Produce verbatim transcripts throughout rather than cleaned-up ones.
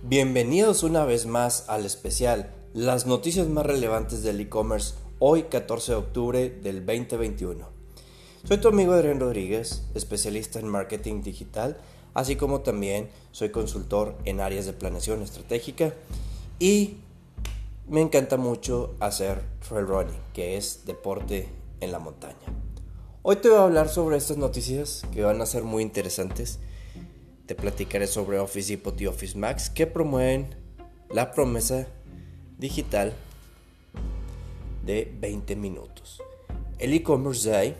Bienvenidos una vez más al especial Las noticias más relevantes del e-commerce hoy catorce de octubre del veinte veintiuno. Soy tu amigo Adrián Rodríguez, especialista en marketing digital, así como también soy consultor en áreas de planeación estratégica y me encanta mucho hacer trail running, que es deporte en la montaña. Hoy te voy a hablar sobre estas noticias que van a ser muy interesantes. Te platicaré sobre Office Depot y Office Max que promueven la promesa digital de veinte minutos. El e-commerce day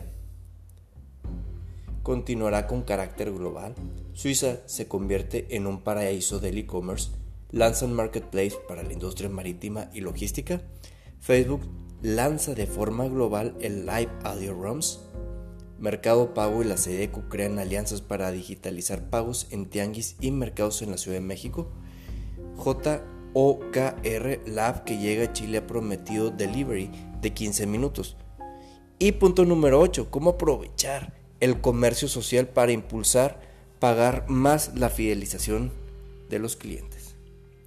continuará con carácter global. Suiza se convierte en un paraíso del e-commerce. Lanzan marketplace para la industria marítima y logística. Facebook lanza de forma global el Live Audio Rooms. Mercado Pago y la SEDECO crean alianzas para digitalizar pagos en tianguis y mercados en la Ciudad de México. J O K R Lab que llega a Chile ha prometido delivery de quince minutos. Y punto número ocho, cómo aprovechar el comercio social para impulsar, pagar más la fidelización de los clientes.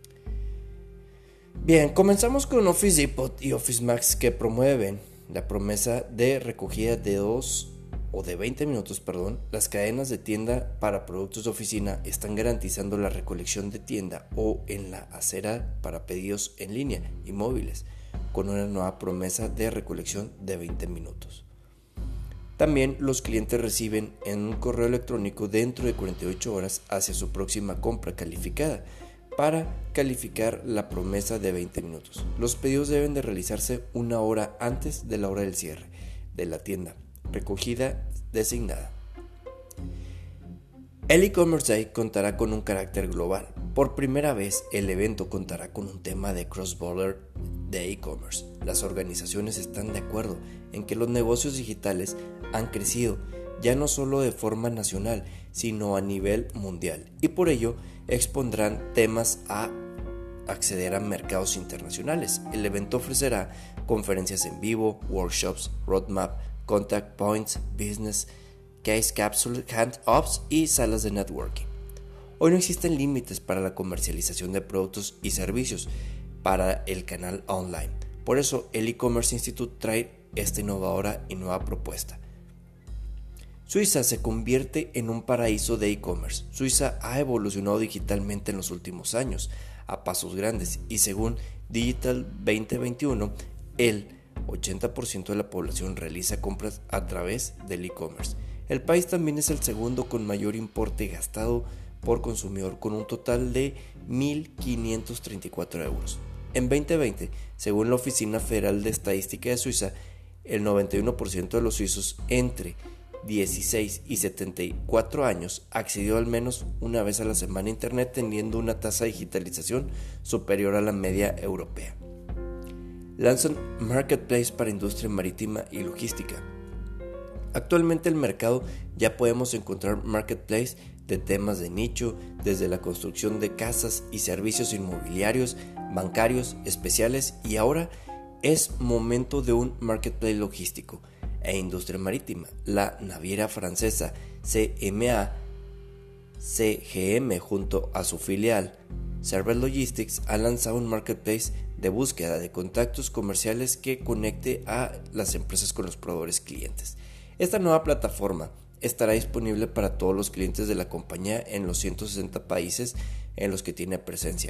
Bien, comenzamos con Office Depot y Office Max que promueven la promesa de recogida de dos o de veinte minutos, perdón. Las cadenas de tienda para productos de oficina están garantizando la recolección de tienda o en la acera para pedidos en línea y móviles, con una nueva promesa de recolección de veinte minutos. También los clientes reciben en un correo electrónico dentro de cuarenta y ocho horas hacia su próxima compra calificada para calificar la promesa de veinte minutos. Los pedidos deben de realizarse una hora antes de la hora del cierre de la tienda recogida designada. El e-commerce day contará con un carácter global. Por primera vez, el evento contará con un tema de cross-border de e-commerce. Las organizaciones están de acuerdo en que los negocios digitales han crecido ya no solo de forma nacional, sino a nivel mundial, y por ello expondrán temas a acceder a mercados internacionales. El evento ofrecerá conferencias en vivo, workshops, roadmap, contact points, business, case capsule, hand-ups y salas de networking. Hoy no existen límites para la comercialización de productos y servicios para el canal online. Por eso el e-commerce Institute trae esta innovadora y nueva propuesta. Suiza se convierte en un paraíso de e-commerce. Suiza ha evolucionado digitalmente en los últimos años a pasos grandes y según Digital veinte veintiuno, el ochenta por ciento de la población realiza compras a través del e-commerce. El país también es el segundo con mayor importe gastado por consumidor, con un total de mil quinientos treinta y cuatro euros. En veinte veinte, según la Oficina Federal de Estadística de Suiza, el noventa y uno por ciento de los suizos entre dieciséis y setenta y cuatro años accedió al menos una vez a la semana a internet, teniendo una tasa de digitalización superior a la media europea. Lanzan marketplace para industria marítima y logística. Actualmente en el mercado ya podemos encontrar marketplace de temas de nicho, desde la construcción de casas y servicios inmobiliarios, bancarios, especiales, y ahora es momento de un marketplace logístico e industria marítima. La naviera francesa C M A C G M junto a su filial Server Logistics ha lanzado un marketplace de búsqueda de contactos comerciales que conecte a las empresas con los proveedores clientes. Esta nueva plataforma estará disponible para todos los clientes de la compañía en los ciento sesenta países en los que tiene presencia.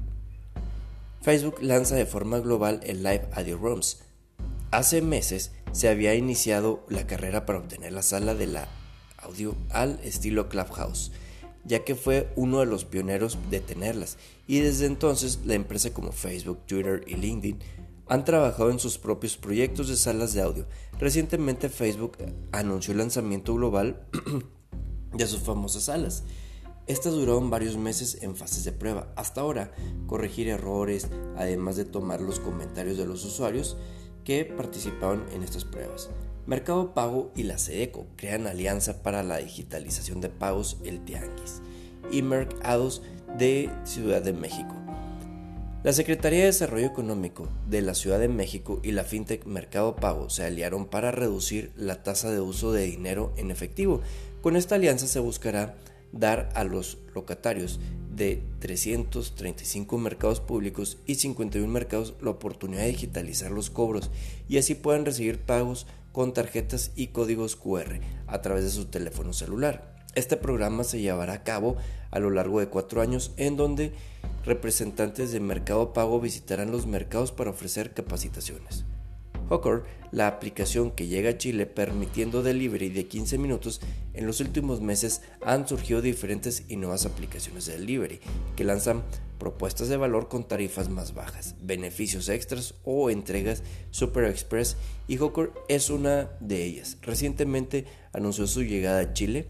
Facebook lanza de forma global el Live Audio Rooms. Hace meses se había iniciado la carrera para obtener la sala de la audio al estilo Clubhouse, ya que fue uno de los pioneros de tenerlas, y desde entonces la empresa como Facebook, Twitter y LinkedIn han trabajado en sus propios proyectos de salas de audio. Recientemente Facebook anunció el lanzamiento global de sus famosas salas. Estas duraron varios meses en fases de prueba. Hasta ahora, corregir errores, además de tomar los comentarios de los usuarios que participaban en estas pruebas. Mercado Pago y la SEDECO crean alianza para la digitalización de pagos el Tianguis y Mercados de Ciudad de México. La Secretaría de Desarrollo Económico de la Ciudad de México y la fintech Mercado Pago se aliaron para reducir la tasa de uso de dinero en efectivo. Con esta alianza se buscará dar a los locatarios de trescientos treinta y cinco mercados públicos y cincuenta y uno mercados la oportunidad de digitalizar los cobros y así puedan recibir pagos con tarjetas y códigos cu erre a través de su teléfono celular. Este programa se llevará a cabo a lo largo de cuatro años, en donde representantes de Mercado Pago visitarán los mercados para ofrecer capacitaciones. Hawker, la aplicación que llega a Chile permitiendo delivery de quince minutos, en los últimos meses han surgido diferentes y nuevas aplicaciones de delivery que lanzan propuestas de valor con tarifas más bajas, beneficios extras o entregas super express, y Hawker es una de ellas. Recientemente anunció su llegada a Chile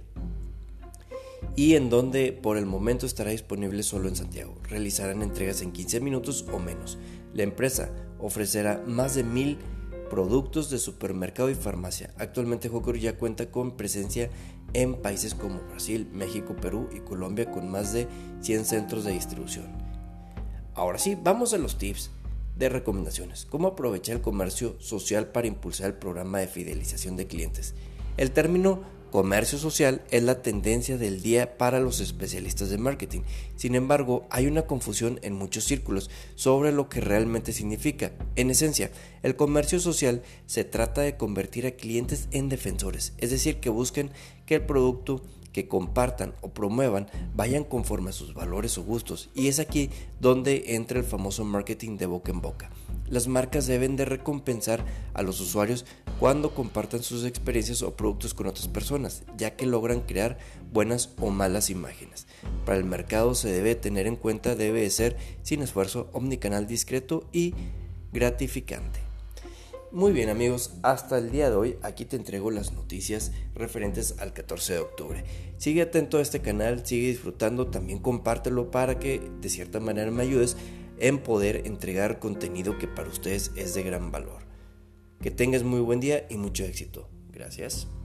y en donde por el momento estará disponible solo en Santiago. Realizarán entregas en quince minutos o menos. La empresa ofrecerá más de mil productos de supermercado y farmacia. Actualmente Hawker ya cuenta con presencia en países como Brasil, México, Perú y Colombia, con más de cien centros de distribución. Ahora sí, vamos a los tips de recomendaciones. ¿Cómo aprovechar el comercio social para impulsar el programa de fidelización de clientes? El término comercio social es la tendencia del día para los especialistas de marketing. Sin embargo, hay una confusión en muchos círculos sobre lo que realmente significa. En esencia, el comercio social se trata de convertir a clientes en defensores, es decir, que busquen que el producto que compartan o promuevan vayan conforme a sus valores o gustos, y es aquí donde entra el famoso marketing de boca en boca. Las marcas deben de recompensar a los usuarios cuando compartan sus experiencias o productos con otras personas, ya que logran crear buenas o malas imágenes. Para el mercado se debe tener en cuenta, debe de ser sin esfuerzo, omnicanal, discreto y gratificante. Muy bien amigos, hasta el día de hoy aquí te entrego las noticias referentes al catorce de octubre. Sigue atento a este canal, sigue disfrutando, también compártelo para que de cierta manera me ayudes en poder entregar contenido que para ustedes es de gran valor. Que tengas muy buen día y mucho éxito. Gracias.